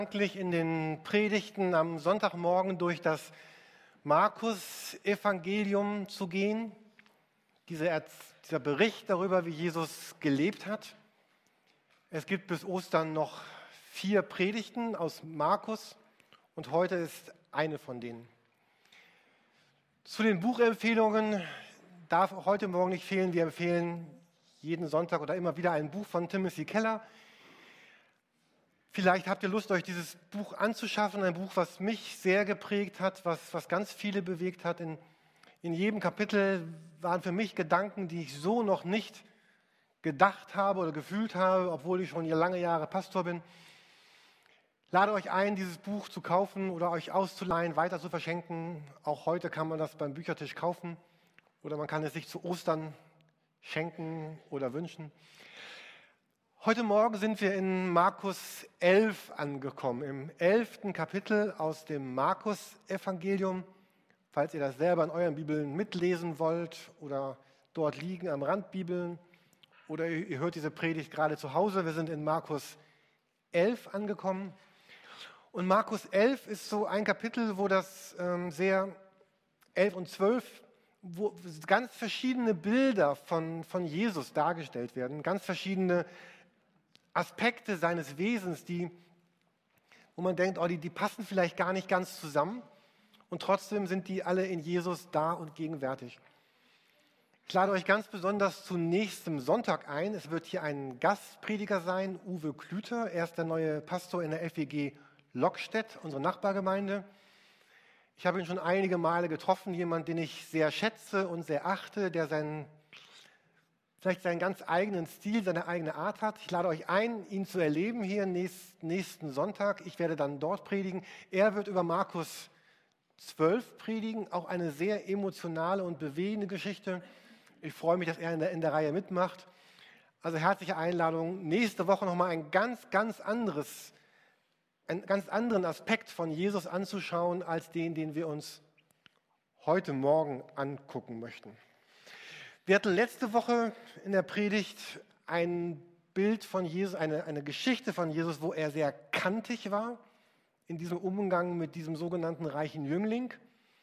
Gedanklich in den Predigten am Sonntagmorgen durch das Markus-Evangelium zu gehen. Dieser Bericht darüber, wie Jesus gelebt hat. Es gibt bis Ostern noch 4 Predigten aus Markus und heute ist eine von denen. Zu den Buchempfehlungen darf auch heute Morgen nicht fehlen. Wir empfehlen jeden Sonntag oder immer wieder ein Buch von Timothy Keller. Vielleicht habt ihr Lust, euch dieses Buch anzuschaffen, ein Buch, was mich sehr geprägt hat, was ganz viele bewegt hat. In jedem Kapitel waren für mich Gedanken, die ich so noch nicht gedacht habe oder gefühlt habe, obwohl ich schon lange Jahre Pastor bin. Lade euch ein, dieses Buch zu kaufen oder euch auszuleihen, weiter zu verschenken. Auch heute kann man das beim Büchertisch kaufen oder man kann es sich zu Ostern schenken oder wünschen. Heute Morgen sind wir in Markus 11 angekommen, im 11. Kapitel aus dem Markus-Evangelium. Falls ihr das selber in euren Bibeln mitlesen wollt oder dort liegen am Randbibeln oder ihr hört diese Predigt gerade zu Hause, wir sind in Markus 11 angekommen. Und Markus 11 ist so ein Kapitel, wo 11 und 12, wo ganz verschiedene Bilder von Jesus dargestellt werden, ganz verschiedene Aspekte seines Wesens, wo man denkt, die passen vielleicht gar nicht ganz zusammen und trotzdem sind die alle in Jesus da und gegenwärtig. Ich lade euch ganz besonders zu nächstem Sonntag ein. Es wird hier ein Gastprediger sein, Uwe Klüter. Er ist der neue Pastor in der FEG Lockstedt, unsere Nachbargemeinde. Ich habe ihn schon einige Male getroffen, jemand, den ich sehr schätze und sehr achte, der vielleicht seinen ganz eigenen Stil, seine eigene Art hat. Ich lade euch ein, ihn zu erleben hier nächsten Sonntag. Ich werde dann dort predigen. Er wird über Markus 12 predigen, auch eine sehr emotionale und bewegende Geschichte. Ich freue mich, dass er in der Reihe mitmacht. Also herzliche Einladung, nächste Woche nochmal einen ganz anderen Aspekt von Jesus anzuschauen, als den wir uns heute Morgen angucken möchten. Wir hatten letzte Woche in der Predigt ein Bild von Jesus, eine Geschichte von Jesus, wo er sehr kantig war in diesem Umgang mit diesem sogenannten reichen Jüngling.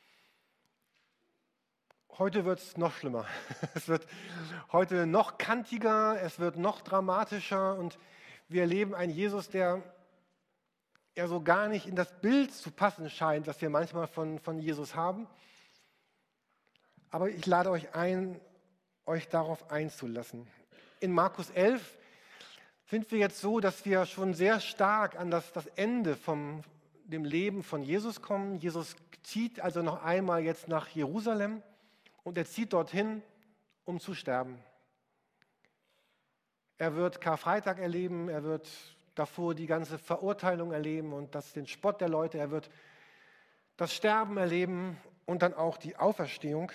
Heute wird es noch schlimmer. Es wird heute noch kantiger, es wird noch dramatischer und wir erleben einen Jesus, der so gar nicht in das Bild zu passen scheint, das wir manchmal von Jesus haben. Aber ich lade euch ein, euch darauf einzulassen. In Markus 11 sind wir jetzt so, dass wir schon sehr stark an das Ende von dem Leben von Jesus kommen. Jesus zieht also noch einmal jetzt nach Jerusalem und er zieht dorthin, um zu sterben. Er wird Karfreitag erleben, er wird davor die ganze Verurteilung erleben und den Spott der Leute, er wird das Sterben erleben und dann auch die Auferstehung.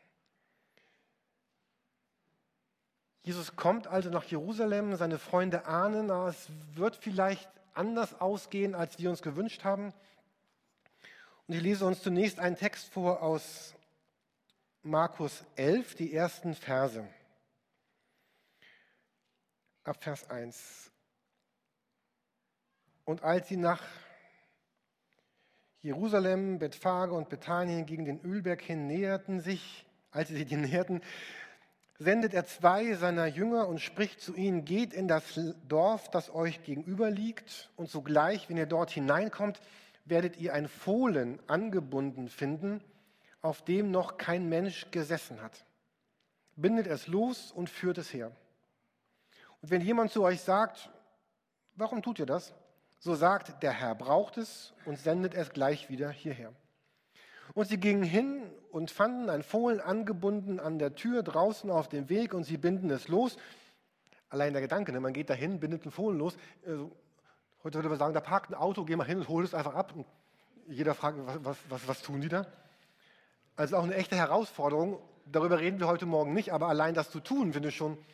Jesus kommt also nach Jerusalem, seine Freunde ahnen, es wird vielleicht anders ausgehen, als wir uns gewünscht haben. Und ich lese uns zunächst einen Text vor aus Markus 11, die ersten Verse. Ab Vers 1. Und als sie nach Jerusalem, Bethphage und Bethanien gegen den Ölberg hin näherten, sendet er 2 seiner Jünger und spricht zu ihnen: Geht in das Dorf, das euch gegenüber liegt, und sogleich, wenn ihr dort hineinkommt, werdet ihr ein Fohlen angebunden finden, auf dem noch kein Mensch gesessen hat. Bindet es los und führt es her. Und wenn jemand zu euch sagt: Warum tut ihr das? So sagt, der Herr braucht es und sendet es gleich wieder hierher. Und sie gingen hin und fanden ein Fohlen angebunden an der Tür draußen auf dem Weg und sie binden es los. Allein der Gedanke, man geht da hin, bindet ein Fohlen los. Heute würde man sagen, da parkt ein Auto, geh mal hin und hol es einfach ab. Und jeder fragt, was tun die da? Also auch eine echte Herausforderung. Darüber reden wir heute Morgen nicht, aber allein das zu tun, finde ich schon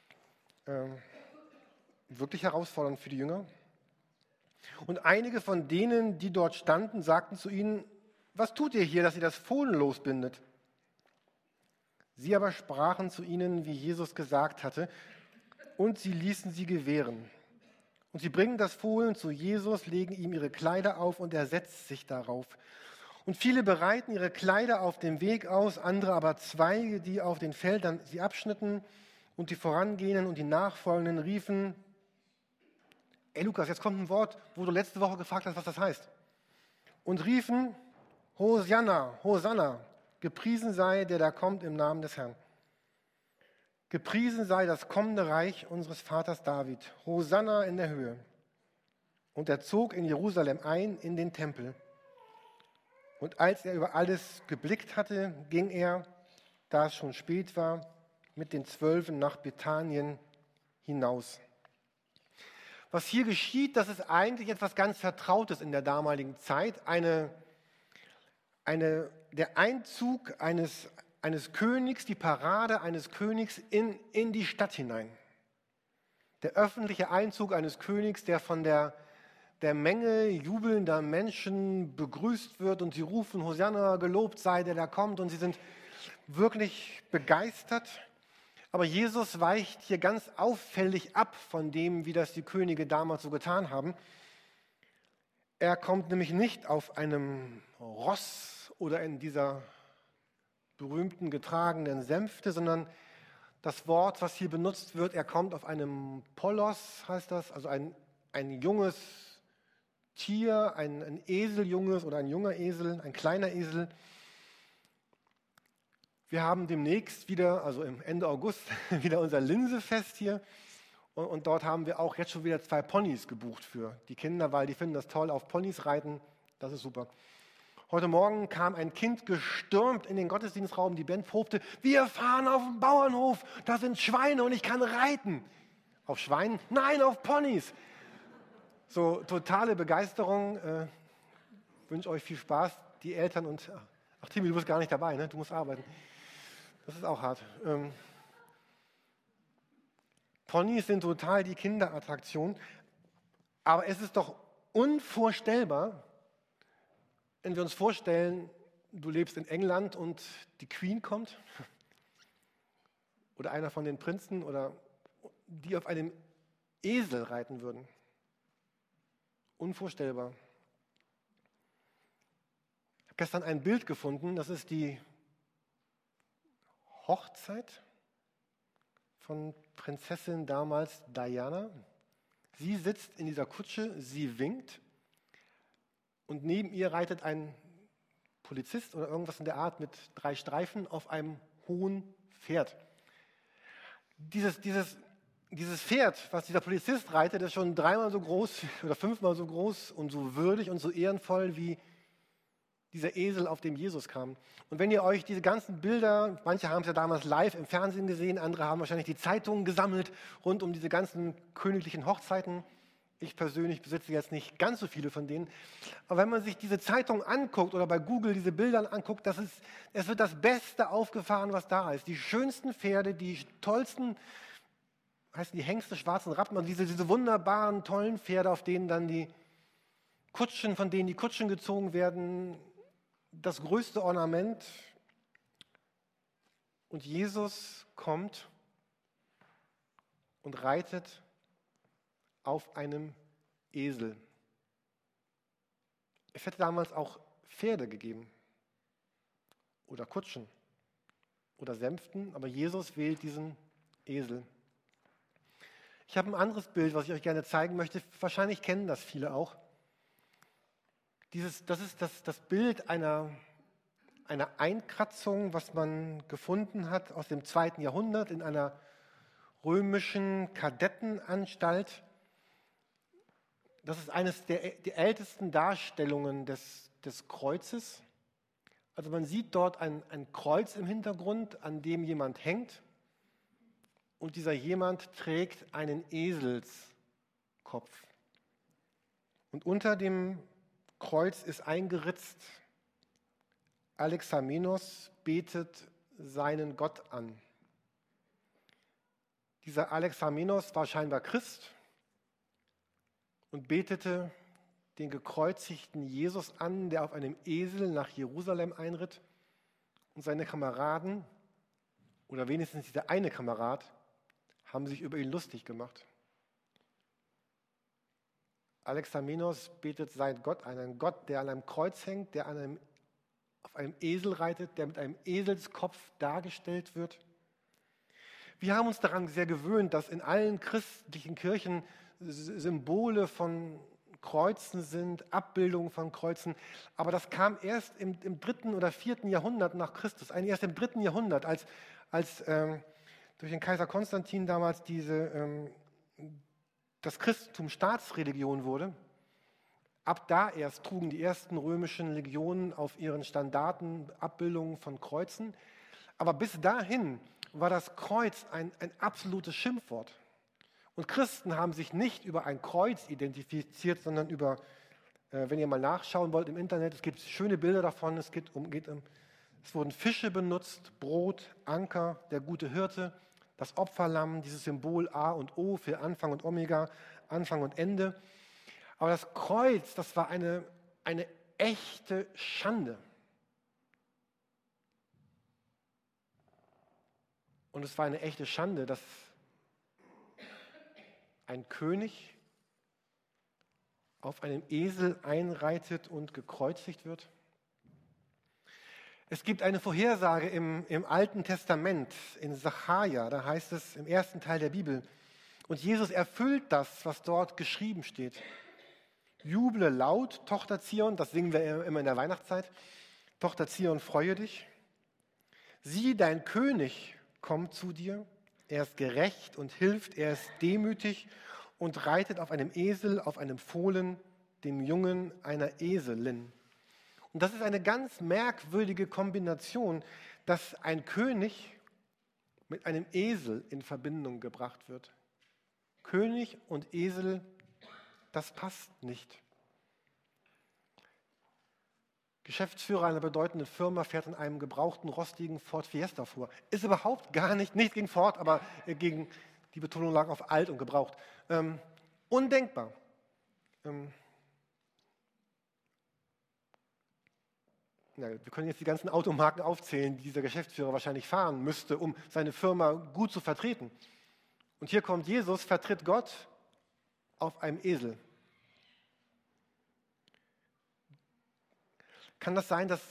wirklich herausfordernd für die Jünger. Und einige von denen, die dort standen, sagten zu ihnen: Was tut ihr hier, dass ihr das Fohlen losbindet? Sie aber sprachen zu ihnen, wie Jesus gesagt hatte, und sie ließen sie gewähren. Und sie bringen das Fohlen zu Jesus, legen ihm ihre Kleider auf und er setzt sich darauf. Und viele bereiten ihre Kleider auf dem Weg aus, andere aber Zweige, die auf den Feldern sie abschnitten. Und die Vorangehenden und die Nachfolgenden riefen, ey Lukas, jetzt kommt ein Wort, wo du letzte Woche gefragt hast, was das heißt. Und riefen, Hosianna, Hosanna, gepriesen sei, der da kommt im Namen des Herrn. Gepriesen sei das kommende Reich unseres Vaters David. Hosanna in der Höhe. Und er zog in Jerusalem ein, in den Tempel. Und als er über alles geblickt hatte, ging er, da es schon spät war, mit den 12 nach Bethanien hinaus. Was hier geschieht, das ist eigentlich etwas ganz Vertrautes in der damaligen Zeit. Der Einzug eines Königs, die Parade eines Königs in die Stadt hinein. Der öffentliche Einzug eines Königs, der von der Menge jubelnder Menschen begrüßt wird und sie rufen, Hosanna, gelobt sei, der da kommt, und sie sind wirklich begeistert. Aber Jesus weicht hier ganz auffällig ab von dem, wie das die Könige damals so getan haben. Er kommt nämlich nicht auf einem Ross oder in dieser berühmten getragenen Sänfte, sondern das Wort, was hier benutzt wird, er kommt auf einem Polos, heißt das, also ein junges Tier, ein Eseljunges oder ein junger Esel, ein kleiner Esel. Wir haben demnächst wieder, also im Ende August, wieder unser Linsefest hier. Und dort haben wir auch jetzt schon wieder 2 Ponys gebucht für die Kinder, weil die finden das toll, auf Ponys reiten. Das ist super. Heute Morgen kam ein Kind gestürmt in den Gottesdienstraum, die Band probte. Wir fahren auf den Bauernhof, da sind Schweine und ich kann reiten. Auf Schweinen? Nein, auf Ponys. So totale Begeisterung. Wünsche euch viel Spaß, die Eltern und... Ach Timmy, du bist gar nicht dabei, ne? Du musst arbeiten. Das ist auch hart. Ponys sind total die Kinderattraktion. Aber es ist doch unvorstellbar, wenn wir uns vorstellen, du lebst in England und die Queen kommt oder einer von den Prinzen oder die auf einem Esel reiten würden. Unvorstellbar. Ich habe gestern ein Bild gefunden, das ist die Hochzeit von Prinzessin damals Diana. Sie sitzt in dieser Kutsche, sie winkt und neben ihr reitet ein Polizist oder irgendwas in der Art mit 3 Streifen auf einem hohen Pferd. Dieses Pferd, was dieser Polizist reitet, ist schon 3-mal so groß oder 5-mal so groß und so würdig und so ehrenvoll wie dieser Esel, auf dem Jesus kam. Und wenn ihr euch diese ganzen Bilder, manche haben es ja damals live im Fernsehen gesehen, andere haben wahrscheinlich die Zeitungen gesammelt rund um diese ganzen königlichen Hochzeiten. Ich persönlich besitze jetzt nicht ganz so viele von denen. Aber wenn man sich diese Zeitung anguckt oder bei Google diese Bilder anguckt, es wird das Beste aufgefahren, was da ist. Die schönsten Pferde, die tollsten, heißen die Hengste, schwarzen Rappen, also diese wunderbaren, tollen Pferde, auf denen dann von denen die Kutschen gezogen werden, das größte Ornament. Und Jesus kommt und reitet auf einem Esel. Es hätte damals auch Pferde gegeben oder Kutschen oder Sänften, aber Jesus wählt diesen Esel. Ich habe ein anderes Bild, was ich euch gerne zeigen möchte. Wahrscheinlich kennen das viele auch. Das ist das Bild einer Einkratzung, was man gefunden hat aus dem 2. Jahrhundert in einer römischen Kadettenanstalt. Das ist eines der ältesten Darstellungen des Kreuzes. Also man sieht dort ein Kreuz im Hintergrund, an dem jemand hängt. Und dieser jemand trägt einen Eselskopf. Und unter dem Kreuz ist eingeritzt, Alexamenos betet seinen Gott an. Dieser Alexamenos war scheinbar Christ und betete den gekreuzigten Jesus an, der auf einem Esel nach Jerusalem einritt. Und seine Kameraden, oder wenigstens dieser eine Kamerad, haben sich über ihn lustig gemacht. Alexamenos betet seinen Gott an, einen Gott, der an einem Kreuz hängt, der auf einem Esel reitet, der mit einem Eselskopf dargestellt wird. Wir haben uns daran sehr gewöhnt, dass in allen christlichen Kirchen Symbole von Kreuzen sind, Abbildungen von Kreuzen. Aber das kam erst im 3. oder 4. Jahrhundert nach Christus, erst im 3. Jahrhundert, als durch den Kaiser Konstantin damals das Christentum Staatsreligion wurde. Ab da erst trugen die ersten römischen Legionen auf ihren Standarten Abbildungen von Kreuzen. Aber bis dahin war das Kreuz ein absolutes Schimpfwort. Und Christen haben sich nicht über ein Kreuz identifiziert, sondern über, wenn ihr mal nachschauen wollt im Internet, es gibt schöne Bilder davon, es wurden Fische benutzt, Brot, Anker, der gute Hirte, das Opferlamm, dieses Symbol A und O für Anfang und Omega, Anfang und Ende. Aber das Kreuz, das war eine echte Schande. Und es war eine echte Schande, dass ein König auf einem Esel einreitet und gekreuzigt wird. Es gibt eine Vorhersage im Alten Testament, in Sacharja, da heißt es im ersten Teil der Bibel, und Jesus erfüllt das, was dort geschrieben steht. Juble laut, Tochter Zion, das singen wir immer in der Weihnachtszeit. Tochter Zion, freue dich. Sieh, dein König kommt zu dir. Er ist gerecht und hilft, er ist demütig und reitet auf einem Esel, auf einem Fohlen, dem Jungen einer Eselin. Und das ist eine ganz merkwürdige Kombination, dass ein König mit einem Esel in Verbindung gebracht wird. König und Esel, das passt nicht. Geschäftsführer einer bedeutenden Firma fährt in einem gebrauchten, rostigen Ford Fiesta vor. Ist überhaupt gar nicht gegen Ford, aber gegen, die Betonung lag auf alt und gebraucht. Undenkbar. Wir können jetzt die ganzen Automarken aufzählen, die dieser Geschäftsführer wahrscheinlich fahren müsste, um seine Firma gut zu vertreten. Und hier kommt Jesus, vertritt Gott auf einem Esel. Kann das sein, dass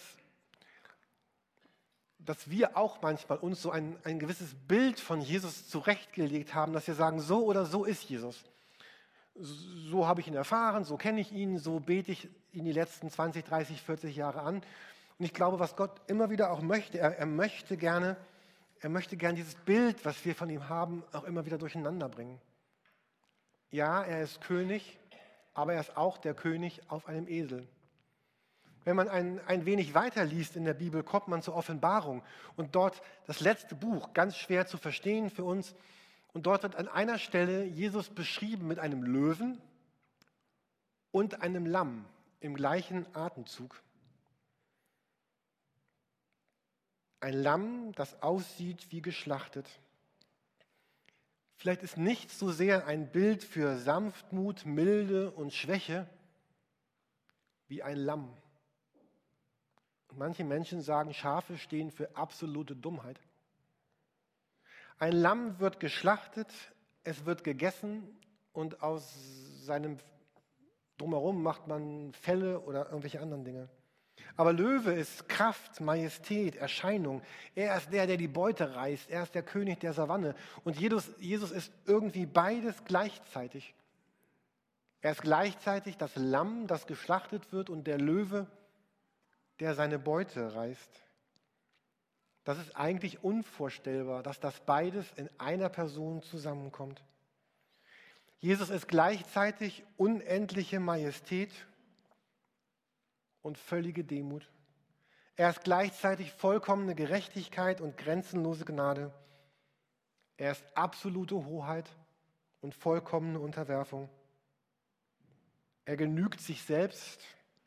wir auch manchmal uns so ein gewisses Bild von Jesus zurechtgelegt haben, dass wir sagen, so oder so ist Jesus. So habe ich ihn erfahren, so kenne ich ihn, so bete ich ihn die letzten 20, 30, 40 Jahre an. Und ich glaube, was Gott immer wieder auch möchte, er möchte gerne dieses Bild, was wir von ihm haben, auch immer wieder durcheinander bringen. Ja, er ist König, aber er ist auch der König auf einem Esel. Wenn man ein wenig weiter liest in der Bibel, kommt man zur Offenbarung. Und dort das letzte Buch, ganz schwer zu verstehen für uns. Und dort wird an einer Stelle Jesus beschrieben mit einem Löwen und einem Lamm im gleichen Atemzug. Ein Lamm, das aussieht wie geschlachtet. Vielleicht ist nichts so sehr ein Bild für Sanftmut, Milde und Schwäche wie ein Lamm. Manche Menschen sagen, Schafe stehen für absolute Dummheit. Ein Lamm wird geschlachtet, es wird gegessen und aus seinem Drumherum macht man Felle oder irgendwelche anderen Dinge. Aber Löwe ist Kraft, Majestät, Erscheinung. Er ist der die Beute reißt. Er ist der König der Savanne. Und Jesus ist irgendwie beides gleichzeitig. Er ist gleichzeitig das Lamm, das geschlachtet wird, und der Löwe, der seine Beute reißt. Das ist eigentlich unvorstellbar, dass das beides in einer Person zusammenkommt. Jesus ist gleichzeitig unendliche Majestät und völlige Demut. Er ist gleichzeitig vollkommene Gerechtigkeit und grenzenlose Gnade. Er ist absolute Hoheit und vollkommene Unterwerfung. Er genügt sich selbst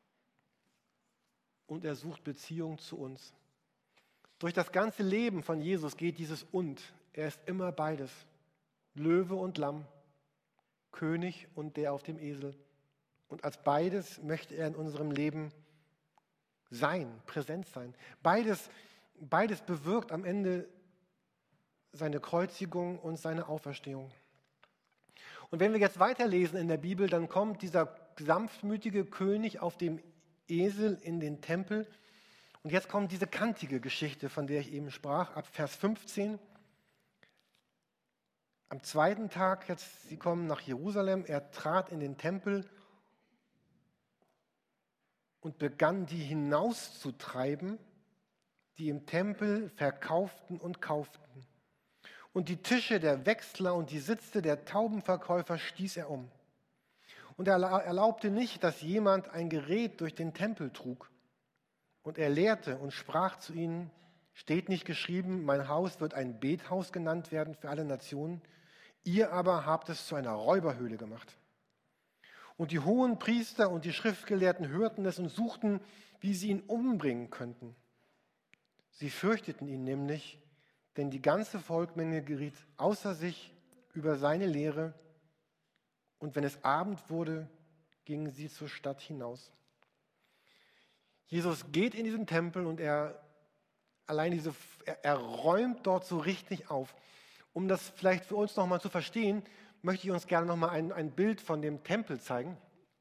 und er sucht Beziehung zu uns. Durch das ganze Leben von Jesus geht dieses Und. Er ist immer beides. Löwe und Lamm, König und der auf dem Esel. Und als beides möchte er in unserem Leben sein, präsent sein. Beides bewirkt am Ende seine Kreuzigung und seine Auferstehung. Und wenn wir jetzt weiterlesen in der Bibel, dann kommt dieser sanftmütige König auf dem Esel in den Tempel. Und jetzt kommt diese kantige Geschichte, von der ich eben sprach, ab Vers 15. Am zweiten Tag, jetzt, sie kommen nach Jerusalem, er trat in den Tempel und begann, die hinauszutreiben, die im Tempel verkauften und kauften. Und die Tische der Wechsler und die Sitze der Taubenverkäufer stieß er um. Und er erlaubte nicht, dass jemand ein Gerät durch den Tempel trug. Und er lehrte und sprach zu ihnen, steht nicht geschrieben, mein Haus wird ein Bethaus genannt werden für alle Nationen. Ihr aber habt es zu einer Räuberhöhle gemacht. Und die hohen Priester und die Schriftgelehrten hörten es und suchten, wie sie ihn umbringen könnten. Sie fürchteten ihn nämlich, denn die ganze Volksmenge geriet außer sich über seine Lehre. Und wenn es Abend wurde, gingen sie zur Stadt hinaus. Jesus geht in diesen Tempel und er räumt dort so richtig auf. Um das vielleicht für uns nochmal zu verstehen, möchte ich uns gerne nochmal ein Bild von dem Tempel zeigen.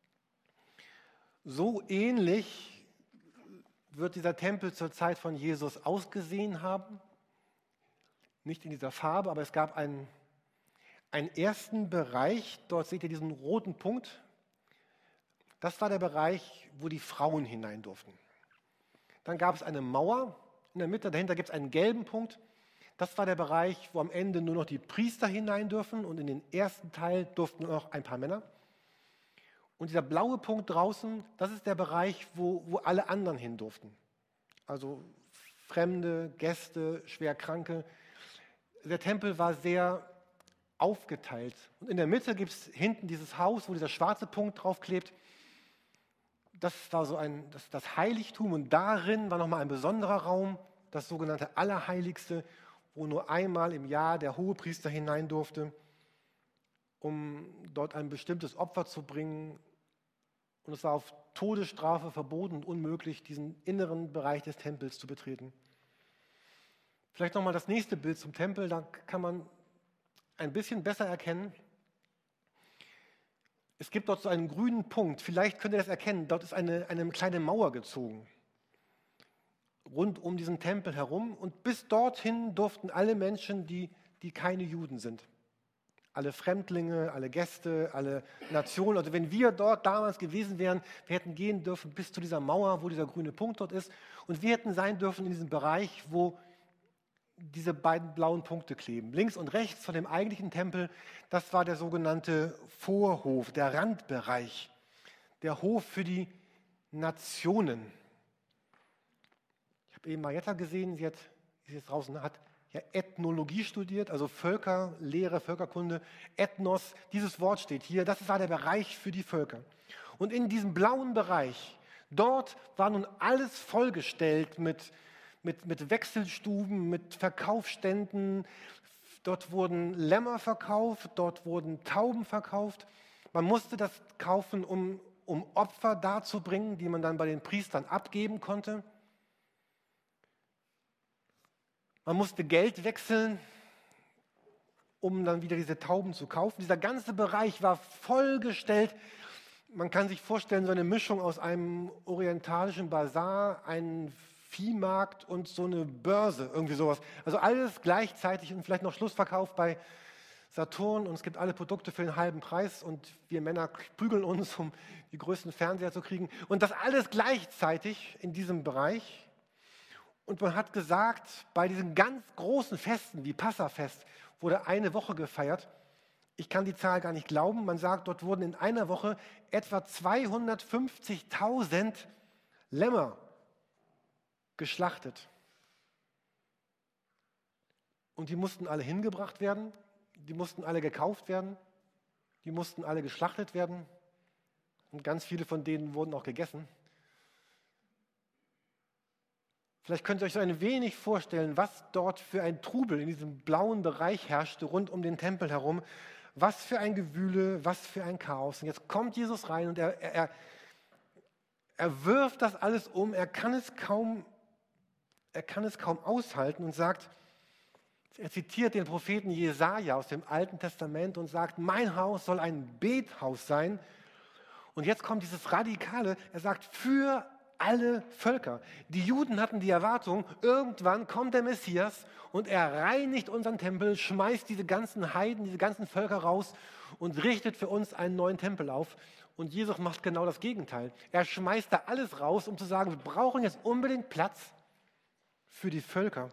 So ähnlich wird dieser Tempel zur Zeit von Jesus ausgesehen haben. Nicht in dieser Farbe, aber es gab einen ersten Bereich, dort seht ihr diesen roten Punkt. Das war der Bereich, wo die Frauen hinein durften. Dann gab es eine Mauer in der Mitte, dahinter gibt es einen gelben Punkt. Das war der Bereich, wo am Ende nur noch die Priester hinein dürfen und in den ersten Teil durften nur noch ein paar Männer. Und dieser blaue Punkt draußen, das ist der Bereich, wo alle anderen hin durften. Also Fremde, Gäste, Schwerkranke. Der Tempel war sehr aufgeteilt. Und in der Mitte gibt es hinten dieses Haus, wo dieser schwarze Punkt draufklebt. Das war so das Heiligtum und darin war nochmal ein besonderer Raum, das sogenannte Allerheiligste, wo nur einmal im Jahr der Hohepriester hinein durfte, um dort ein bestimmtes Opfer zu bringen. Und es war auf Todesstrafe verboten und unmöglich, diesen inneren Bereich des Tempels zu betreten. Vielleicht nochmal das nächste Bild zum Tempel, da kann man ein bisschen besser erkennen. Es gibt dort so einen grünen Punkt, vielleicht könnt ihr das erkennen, dort ist eine kleine Mauer gezogen, rund um diesen Tempel herum. Und bis dorthin durften alle Menschen, die keine Juden sind. Alle Fremdlinge, alle Gäste, alle Nationen. Also wenn wir dort damals gewesen wären, wir hätten gehen dürfen bis zu dieser Mauer, wo dieser grüne Punkt dort ist. Und wir hätten sein dürfen in diesem Bereich, wo diese beiden blauen Punkte kleben. Links und rechts von dem eigentlichen Tempel, das war der sogenannte Vorhof, der Randbereich, der Hof für die Nationen. Ich habe eben Marietta gesehen, sie ist jetzt draußen, hat ja Ethnologie studiert, also Völkerlehre, Völkerkunde, Ethnos, dieses Wort steht hier, das war der Bereich für die Völker. Und in diesem blauen Bereich, dort war nun alles vollgestellt mit Wechselstuben, mit Verkaufsständen. Dort wurden Lämmer verkauft, dort wurden Tauben verkauft. Man musste das kaufen, um Opfer darzubringen, die man dann bei den Priestern abgeben konnte. Man musste Geld wechseln, um dann wieder diese Tauben zu kaufen. Dieser ganze Bereich war vollgestellt. Man kann sich vorstellen, so eine Mischung aus einem orientalischen Bazar, einem Viehmarkt und so eine Börse, irgendwie sowas. Also alles gleichzeitig und vielleicht noch Schlussverkauf bei Saturn und es gibt alle Produkte für den halben Preis und wir Männer prügeln uns, um die größten Fernseher zu kriegen. Und das alles gleichzeitig in diesem Bereich. Und man hat gesagt, bei diesen ganz großen Festen wie Passafest wurde eine Woche gefeiert. Ich kann die Zahl gar nicht glauben. Man sagt, dort wurden in einer Woche etwa 250.000 Lämmer geschlachtet. Und die mussten alle hingebracht werden, die mussten alle gekauft werden, die mussten alle geschlachtet werden und ganz viele von denen wurden auch gegessen. Vielleicht könnt ihr euch so ein wenig vorstellen, was dort für ein Trubel in diesem blauen Bereich herrschte, rund um den Tempel herum. Was für ein Gewühle, was für ein Chaos. Und jetzt kommt Jesus rein und er wirft das alles um, er kann es kaum aushalten und sagt, Er zitiert den Propheten Jesaja aus dem Alten Testament und sagt, mein Haus soll ein Bethaus sein. Und jetzt kommt dieses Radikale, er sagt, für alle Völker. Die Juden hatten die Erwartung, irgendwann kommt der Messias und er reinigt unseren Tempel, schmeißt diese ganzen Heiden, diese ganzen Völker raus und richtet für uns einen neuen Tempel auf. Und Jesus macht genau das Gegenteil. Er schmeißt da alles raus, um zu sagen, wir brauchen jetzt unbedingt Platz für die Völker.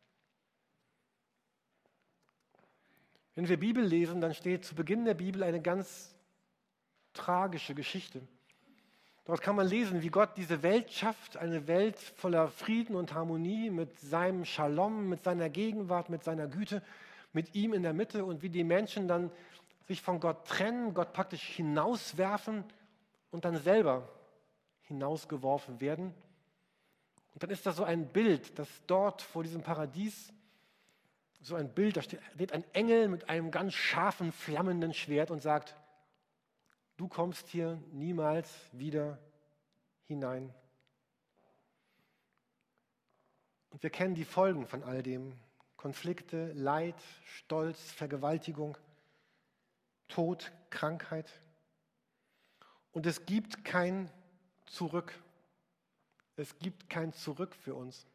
Wenn wir Bibel lesen, dann steht zu Beginn der Bibel eine ganz tragische Geschichte. Dort kann man lesen, wie Gott diese Welt schafft, eine Welt voller Frieden und Harmonie mit seinem Shalom, mit seiner Gegenwart, mit seiner Güte, mit ihm in der Mitte und wie die Menschen dann sich von Gott trennen, Gott praktisch hinauswerfen und dann selber hinausgeworfen werden. Und dann ist da so ein Bild, das dort vor diesem Paradies, so ein Bild, da steht ein Engel mit einem ganz scharfen, flammenden Schwert und sagt, du kommst hier niemals wieder hinein. Und wir kennen die Folgen von all dem. Konflikte, Leid, Stolz, Vergewaltigung, Tod, Krankheit. Und es gibt kein Zurück. Es gibt kein Zurück für uns.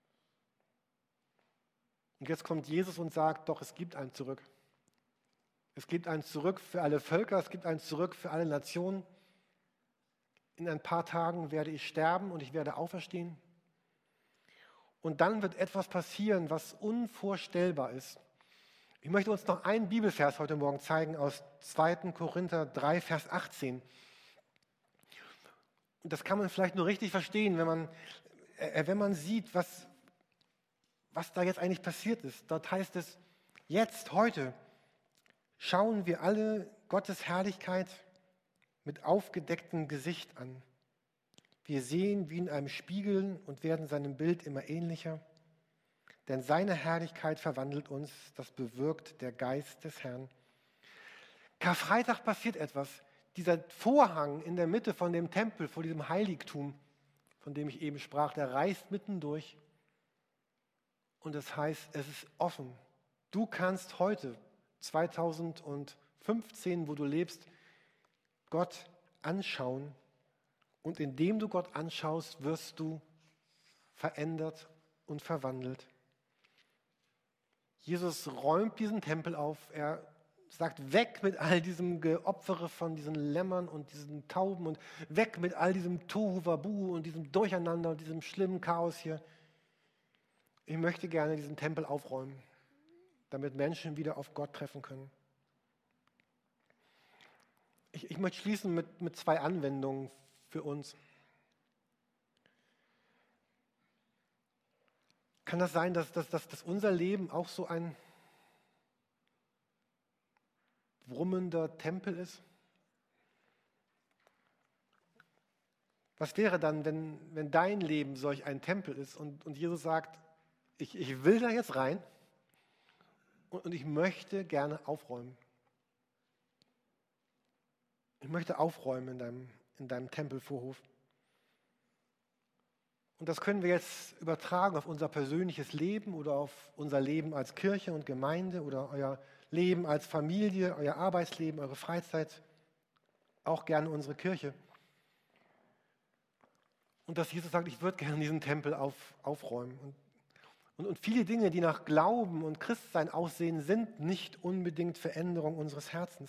Und jetzt kommt Jesus und sagt, doch, es gibt ein Zurück. Es gibt ein Zurück für alle Völker, es gibt ein Zurück für alle Nationen. In ein paar Tagen werde ich sterben und ich werde auferstehen. Und dann wird etwas passieren, was unvorstellbar ist. Ich möchte uns noch einen Bibelvers heute Morgen zeigen aus 2. Korinther 3, Vers 18. Und das kann man vielleicht nur richtig verstehen, wenn man sieht, was da jetzt eigentlich passiert ist. Dort heißt es, jetzt, heute, schauen wir alle Gottes Herrlichkeit mit aufgedecktem Gesicht an. Wir sehen wie in einem Spiegel und werden seinem Bild immer ähnlicher. Denn seine Herrlichkeit verwandelt uns, das bewirkt der Geist des Herrn. Karfreitag passiert etwas. Dieser Vorhang in der Mitte von dem Tempel, vor diesem Heiligtum, von dem ich eben sprach, der reißt mittendurch. Und es heißt, es ist offen. Du kannst heute, 2015, wo du lebst, Gott anschauen. Und indem du Gott anschaust, wirst du verändert und verwandelt. Jesus räumt diesen Tempel auf. Er sagt, weg mit all diesem Geopfere von diesen Lämmern und diesen Tauben und weg mit all diesem Tohuwabohu und diesem Durcheinander und diesem schlimmen Chaos hier. Ich möchte gerne diesen Tempel aufräumen, damit Menschen wieder auf Gott treffen können. Ich möchte schließen mit 2 Anwendungen für uns. Kann das sein, dass unser Leben auch so ein brummender Tempel ist? Was wäre dann, wenn dein Leben solch ein Tempel ist und Jesus sagt, ich will da jetzt rein und ich möchte gerne aufräumen. Ich möchte aufräumen in deinem Tempelvorhof. Und das können wir jetzt übertragen auf unser persönliches Leben oder auf unser Leben als Kirche und Gemeinde oder euer Leben als Familie, euer Arbeitsleben, eure Freizeit, auch gerne unsere Kirche. Und dass Jesus sagt, ich würde gerne diesen Tempel aufräumen. Und viele Dinge, die nach Glauben und Christsein aussehen, sind nicht unbedingt Veränderung unseres Herzens.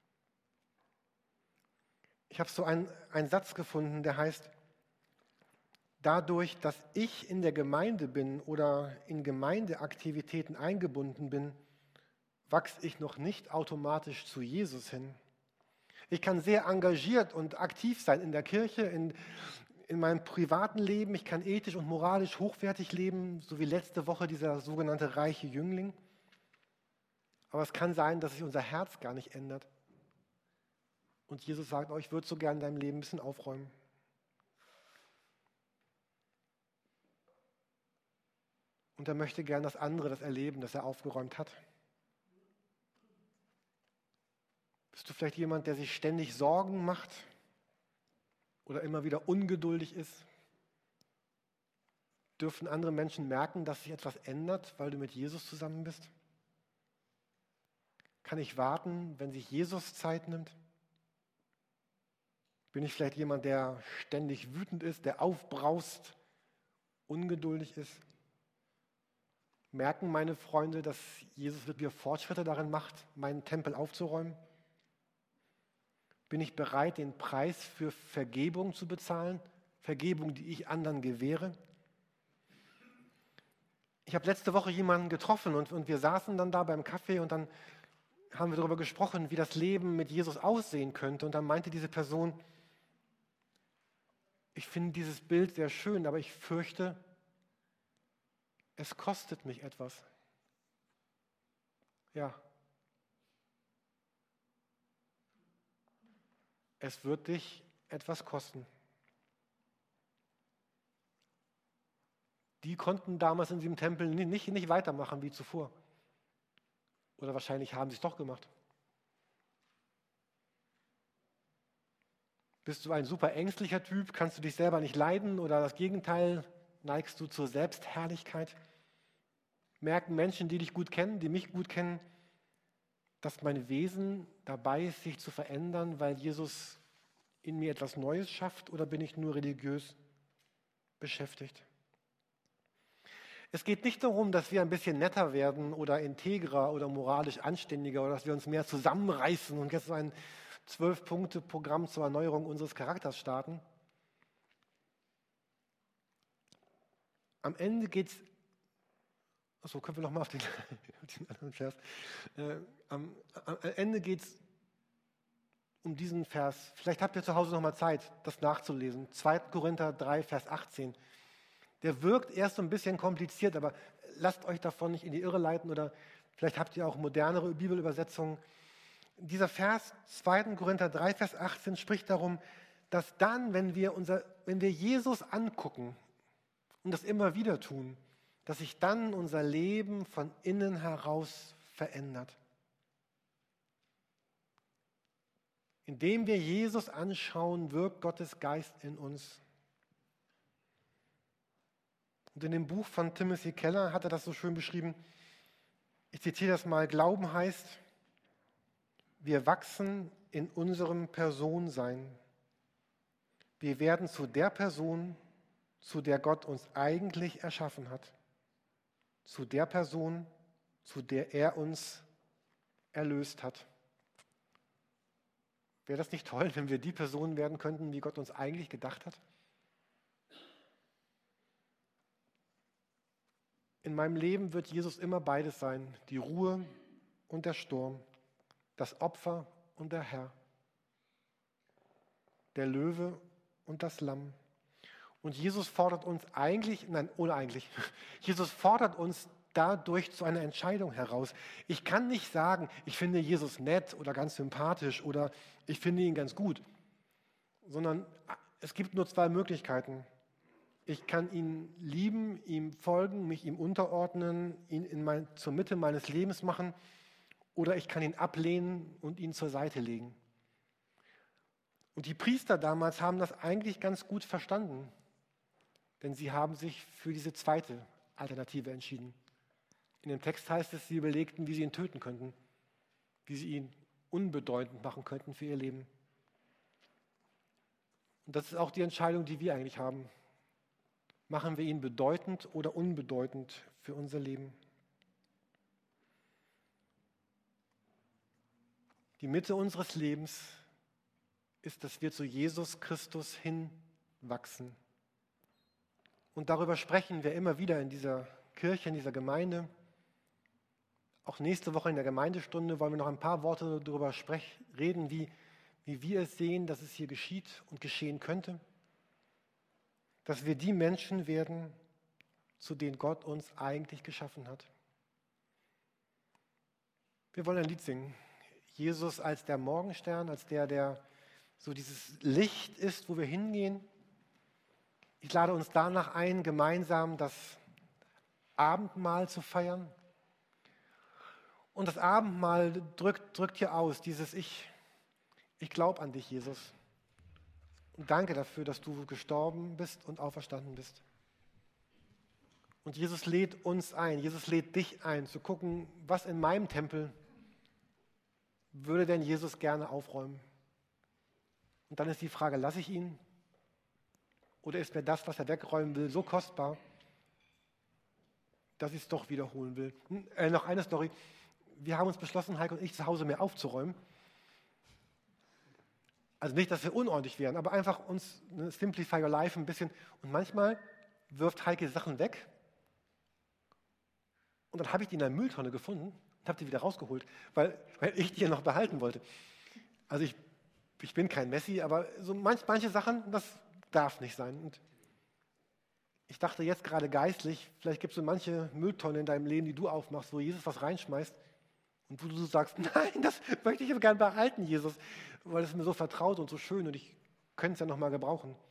Ich habe so einen Satz gefunden, der heißt, dadurch, dass ich in der Gemeinde bin oder in Gemeindeaktivitäten eingebunden bin, wachse ich noch nicht automatisch zu Jesus hin. Ich kann sehr engagiert und aktiv sein in der Kirche, in meinem privaten Leben. Ich kann ethisch und moralisch hochwertig leben, so wie letzte Woche dieser sogenannte reiche Jüngling. Aber es kann sein, dass sich unser Herz gar nicht ändert. Und Jesus sagt, ich würde so gerne in deinem Leben ein bisschen aufräumen. Und er möchte gern, dass andere das erleben, dass er aufgeräumt hat. Bist du vielleicht jemand, der sich ständig Sorgen macht oder immer wieder ungeduldig ist? Dürfen andere Menschen merken, dass sich etwas ändert, weil du mit Jesus zusammen bist? Kann ich warten, wenn sich Jesus Zeit nimmt? Bin ich vielleicht jemand, der ständig wütend ist, der aufbraust, ungeduldig ist? Merken meine Freunde, dass Jesus mit mir Fortschritte darin macht, meinen Tempel aufzuräumen? Bin ich bereit, den Preis für Vergebung zu bezahlen? Vergebung, die ich anderen gewähre? Ich habe letzte Woche jemanden getroffen und wir saßen dann da beim Kaffee und dann haben wir darüber gesprochen, wie das Leben mit Jesus aussehen könnte. Und dann meinte diese Person, ich finde dieses Bild sehr schön, aber ich fürchte, es kostet mich etwas. Ja. Es wird dich etwas kosten. Die konnten damals in diesem Tempel nicht weitermachen wie zuvor. Oder wahrscheinlich haben sie es doch gemacht. Bist du ein super ängstlicher Typ? Kannst du dich selber nicht leiden? Oder das Gegenteil, neigst du zur Selbstherrlichkeit? Merken Menschen, die dich gut kennen, die mich gut kennen, dass mein Wesen dabei ist, sich zu verändern, weil Jesus in mir etwas Neues schafft? Oder bin ich nur religiös beschäftigt? Es geht nicht darum, dass wir ein bisschen netter werden oder integrer oder moralisch anständiger oder dass wir uns mehr zusammenreißen und jetzt so ein 12-Punkte-Programm zur Erneuerung unseres Charakters starten. Am Ende geht es, achso, können wir nochmal auf den anderen Vers. Am Ende geht es um diesen Vers. Vielleicht habt ihr zu Hause nochmal Zeit, das nachzulesen. 2. Korinther 3, Vers 18. Der wirkt erst so ein bisschen kompliziert, aber lasst euch davon nicht in die Irre leiten oder vielleicht habt ihr auch modernere Bibelübersetzungen. Dieser Vers 2. Korinther 3, Vers 18 spricht darum, dass dann, wenn wir Jesus angucken und das immer wieder tun, dass sich dann unser Leben von innen heraus verändert. Indem wir Jesus anschauen, wirkt Gottes Geist in uns. Und in dem Buch von Timothy Keller hat er das so schön beschrieben. Ich zitiere das mal. Glauben heißt, wir wachsen in unserem Personsein. Wir werden zu der Person, zu der Gott uns eigentlich erschaffen hat. Zu der Person, zu der er uns erlöst hat. Wäre das nicht toll, wenn wir die Person werden könnten, wie Gott uns eigentlich gedacht hat? In meinem Leben wird Jesus immer beides sein, die Ruhe und der Sturm, das Opfer und der Herr, der Löwe und das Lamm. Und Jesus fordert uns Jesus fordert uns dadurch zu einer Entscheidung heraus. Ich kann nicht sagen, ich finde Jesus nett oder ganz sympathisch oder ich finde ihn ganz gut, sondern es gibt nur zwei Möglichkeiten. Ich kann ihn lieben, ihm folgen, mich ihm unterordnen, ihn zur Mitte meines Lebens machen oder ich kann ihn ablehnen und ihn zur Seite legen. Und die Priester damals haben das eigentlich ganz gut verstanden, denn sie haben sich für diese zweite Alternative entschieden. In dem Text heißt es, sie überlegten, wie sie ihn töten könnten, wie sie ihn unbedeutend machen könnten für ihr Leben. Und das ist auch die Entscheidung, die wir eigentlich haben. Machen wir ihn bedeutend oder unbedeutend für unser Leben? Die Mitte unseres Lebens ist, dass wir zu Jesus Christus hinwachsen. Und darüber sprechen wir immer wieder in dieser Kirche, in dieser Gemeinde. Auch nächste Woche in der Gemeindestunde wollen wir noch ein paar Worte darüber reden, wie wir es sehen, dass es hier geschieht und geschehen könnte. Dass wir die Menschen werden, zu denen Gott uns eigentlich geschaffen hat. Wir wollen ein Lied singen. Jesus als der Morgenstern, als der so dieses Licht ist, wo wir hingehen. Ich lade uns danach ein, gemeinsam das Abendmahl zu feiern. Und das Abendmahl drückt hier aus, dieses Ich glaube an dich, Jesus. Und danke dafür, dass du gestorben bist und auferstanden bist. Und Jesus lädt uns ein, Jesus lädt dich ein, zu gucken, was in meinem Tempel würde denn Jesus gerne aufräumen. Und dann ist die Frage, lasse ich ihn? Oder ist mir das, was er wegräumen will, so kostbar, dass ich es doch wiederholen will? Noch eine Story. Wir haben uns beschlossen, Heike und ich, zu Hause mehr aufzuräumen. Also nicht, dass wir unordentlich wären, aber einfach uns simplify your life ein bisschen. Und manchmal wirft Heike Sachen weg. Und dann habe ich die in der Mülltonne gefunden und habe die wieder rausgeholt, weil ich die ja noch behalten wollte. Also ich bin kein Messi, aber so manche Sachen, das darf nicht sein. Und ich dachte jetzt gerade geistlich, vielleicht gibt es so manche Mülltonne in deinem Leben, die du aufmachst, wo Jesus was reinschmeißt und wo du sagst, nein, das möchte ich aber gern behalten, Jesus, weil es mir so vertraut und so schön und ich könnte es ja noch mal gebrauchen.